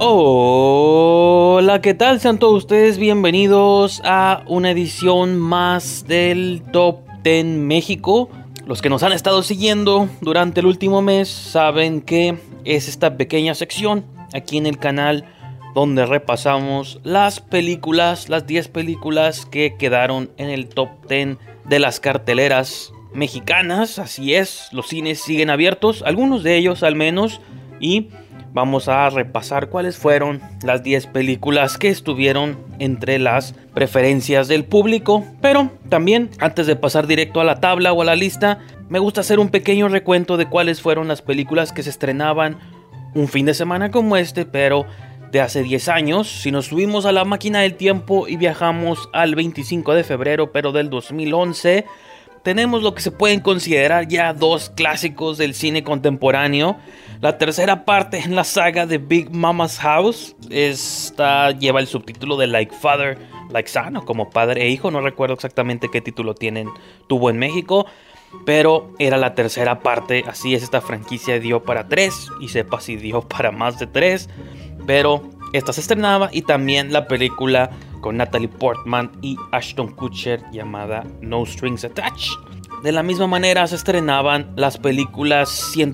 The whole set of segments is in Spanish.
Hola, ¿qué tal? Sean todos ustedes bienvenidos a una edición más del Top 10 México. Los que nos han estado siguiendo durante el último mes saben que es esta pequeña sección aquí en el canal donde repasamos las películas, las 10 películas que quedaron en el Top 10 de las carteleras mexicanas. Así es, los cines siguen abiertos, algunos de ellos al menos, y vamos a repasar cuáles fueron las 10 películas que estuvieron entre las preferencias del público. Pero también, antes de pasar directo a la tabla o a la lista, me gusta hacer un pequeño recuento de cuáles fueron las películas que se estrenaban un fin de semana como este, pero de hace 10 años. Si nos subimos a la máquina del tiempo y viajamos al 25 de febrero, pero del 2011, tenemos lo que se pueden considerar ya dos clásicos del cine contemporáneo. La tercera parte en la saga de Big Mama's House. Esta lleva el subtítulo de Like Father, Like Son, o como padre e hijo. No recuerdo exactamente qué título tuvo en México, pero era la tercera parte. Así es, esta franquicia dio para 3 y sepa si dio para más de 3. Pero esta se estrenaba, y también la película con Natalie Portman y Ashton Kutcher llamada No Strings Attached. De la misma manera se estrenaban las películas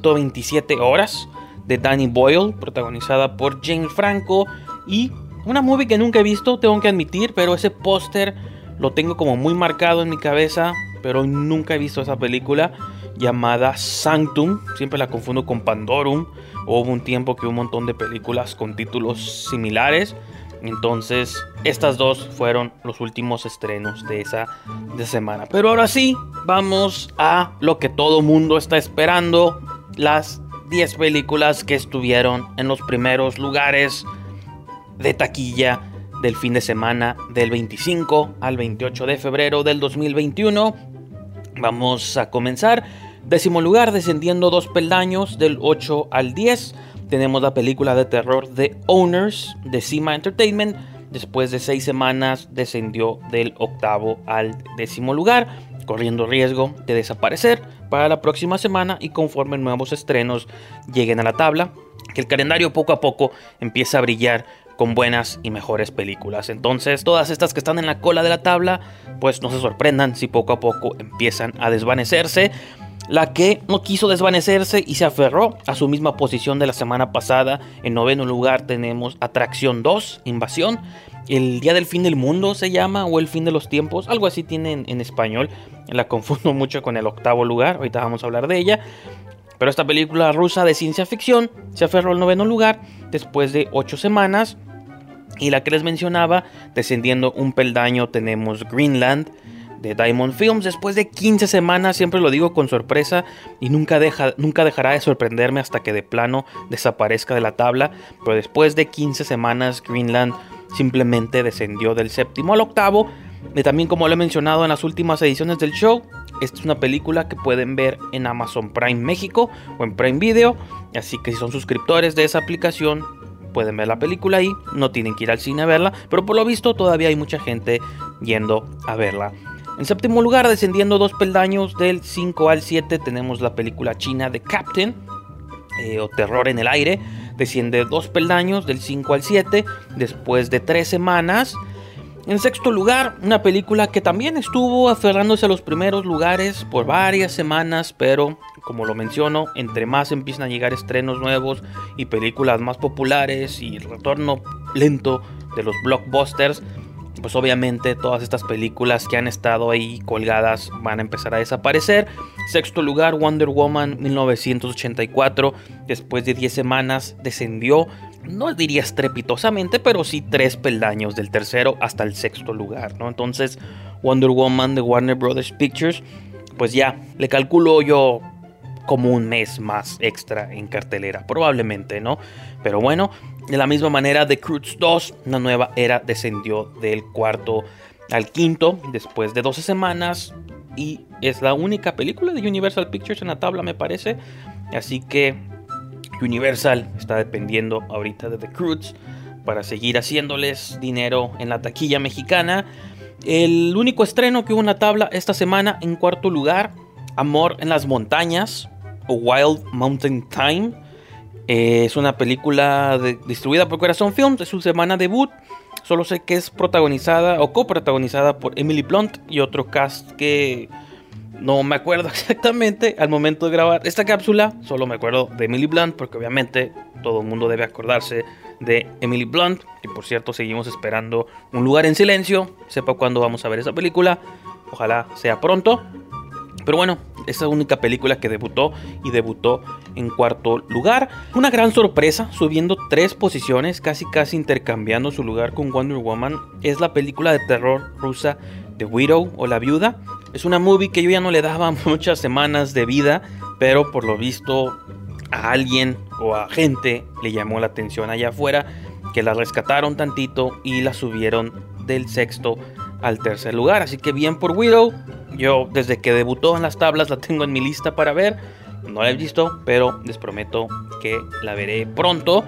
127 horas de Danny Boyle, protagonizada por Jane Franco, y una movie que nunca he visto, tengo que admitir, pero ese póster lo tengo como muy marcado en mi cabeza, pero nunca he visto esa película, llamada Sanctum. Siempre la confundo con Pandorum. Hubo un tiempo que hubo un montón de películas con títulos similares. Entonces, estas dos fueron los últimos estrenos de esa semana. Pero ahora sí, vamos a lo que todo mundo está esperando: las 10 películas que estuvieron en los primeros lugares de taquilla del fin de semana del 25 al 28 de febrero del 2021. Vamos a comenzar. 10º lugar, descendiendo 2 peldaños del 8 al 10. Tenemos la película de terror The Owners de Cima Entertainment. Después de 6 semanas descendió del 8º al 10º lugar, corriendo riesgo de desaparecer para la próxima semana y conforme nuevos estrenos lleguen a la tabla, que el calendario poco a poco empieza a brillar con buenas y mejores películas. Entonces, todas estas que están en la cola de la tabla, pues no se sorprendan si poco a poco empiezan a desvanecerse. La que no quiso desvanecerse y se aferró a su misma posición de la semana pasada, en 9º lugar tenemos Atracción 2, Invasión. El día del fin del mundo se llama, o el fin de los tiempos, algo así tiene en español. La confundo mucho con el 8º lugar, ahorita vamos a hablar de ella. Pero esta película rusa de ciencia ficción se aferró al 9º lugar después de 8 semanas. Y la que les mencionaba, descendiendo un peldaño, tenemos Greenland de Diamond Films. Después de 15 semanas, siempre lo digo con sorpresa y nunca dejará de sorprenderme hasta que de plano desaparezca de la tabla. Pero después de 15 semanas, Greenland simplemente descendió del 7º al 8º. Y también, como lo he mencionado en las últimas ediciones del show, esta es una película que pueden ver en Amazon Prime México o en Prime Video. Así que si son suscriptores de esa aplicación, pueden ver la película ahí. No tienen que ir al cine a verla, pero por lo visto todavía hay mucha gente yendo a verla. En 7º lugar, descendiendo 2 peldaños del 5 al 7, tenemos la película china de Captain, o Terror en el Aire. Desciende 2 peldaños del 5 al 7 después de 3 semanas. En 6º lugar, una película que también estuvo aferrándose a los primeros lugares por varias semanas, pero como lo menciono, entre más empiezan a llegar estrenos nuevos y películas más populares y el retorno lento de los blockbusters, pues obviamente todas estas películas que han estado ahí colgadas van a empezar a desaparecer. 6º lugar, Wonder Woman 1984, después de 10 semanas descendió, no diría estrepitosamente, pero sí 3 peldaños del 3º hasta el 6º lugar, ¿no? Entonces, Wonder Woman de Warner Brothers Pictures, pues ya le calculo yo como un mes más extra en cartelera, probablemente, ¿no? Pero bueno, de la misma manera, The Croods 2, Una Nueva Era, descendió del 4º al 5º después de 12 semanas y es la única película de Universal Pictures en la tabla, me parece. Así que Universal está dependiendo ahorita de The Croods para seguir haciéndoles dinero en la taquilla mexicana. El único estreno que hubo en la tabla esta semana, en 4º lugar, Amor en las Montañas o Wild Mountain Thyme. Es una película distribuida por Corazón Films, es su semana debut. Solo sé que es protagonizada o coprotagonizada por Emily Blunt y otro cast que no me acuerdo exactamente al momento de grabar esta cápsula. Solo me acuerdo de Emily Blunt porque obviamente todo el mundo debe acordarse de Emily Blunt. Y por cierto, seguimos esperando Un lugar en silencio. Sepa cuándo vamos a ver esa película. Ojalá sea pronto. Pero bueno, esa es la única película que debutó y debutó en cuarto lugar. Una gran sorpresa, subiendo 3 posiciones, casi intercambiando su lugar con Wonder Woman, es la película de terror rusa The Widow o La Viuda. Es una movie que yo ya no le daba muchas semanas de vida, pero por lo visto a alguien o a gente le llamó la atención allá afuera, que la rescataron tantito y la subieron del sexto al tercer lugar. Así que bien por Widow. Yo desde que debutó en las tablas la tengo en mi lista para ver. No la he visto, pero les prometo que la veré pronto.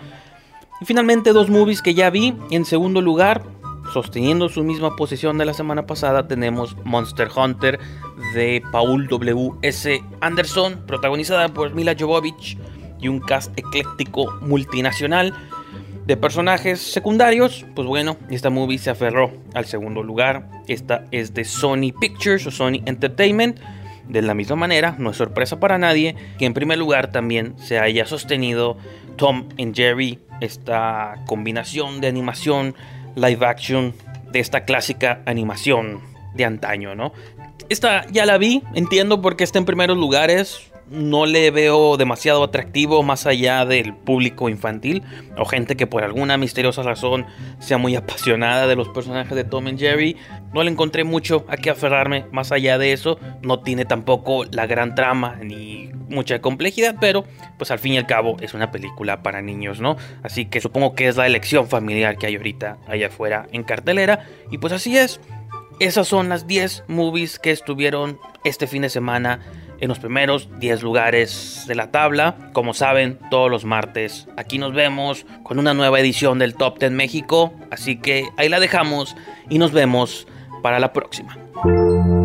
Y finalmente 2 movies que ya vi. En segundo lugar, sosteniendo su misma posición de la semana pasada, tenemos Monster Hunter de Paul W.S. Anderson, protagonizada por Mila Jovovich y un cast ecléctico multinacional de personajes secundarios. Pues bueno, esta movie se aferró al segundo lugar. Esta es de Sony Pictures o Sony Entertainment. De la misma manera, no es sorpresa para nadie que en primer lugar también se haya sostenido Tom and Jerry, esta combinación de animación live action de esta clásica animación de antaño, ¿no? Esta ya la vi, entiendo por qué está en primeros lugares. No le veo demasiado atractivo más allá del público infantil o gente que por alguna misteriosa razón sea muy apasionada de los personajes de Tom and Jerry. No le encontré mucho a qué aferrarme más allá de eso. No tiene tampoco la gran trama ni mucha complejidad, pero pues al fin y al cabo es una película para niños, ¿no? Así que supongo que es la elección familiar que hay ahorita allá afuera en cartelera. Y pues así es. Esas son las 10 movies que estuvieron este fin de semana en los primeros 10 lugares de la tabla. Como saben, todos los martes aquí nos vemos con una nueva edición del Top 10 México. Así que ahí la dejamos y nos vemos para la próxima.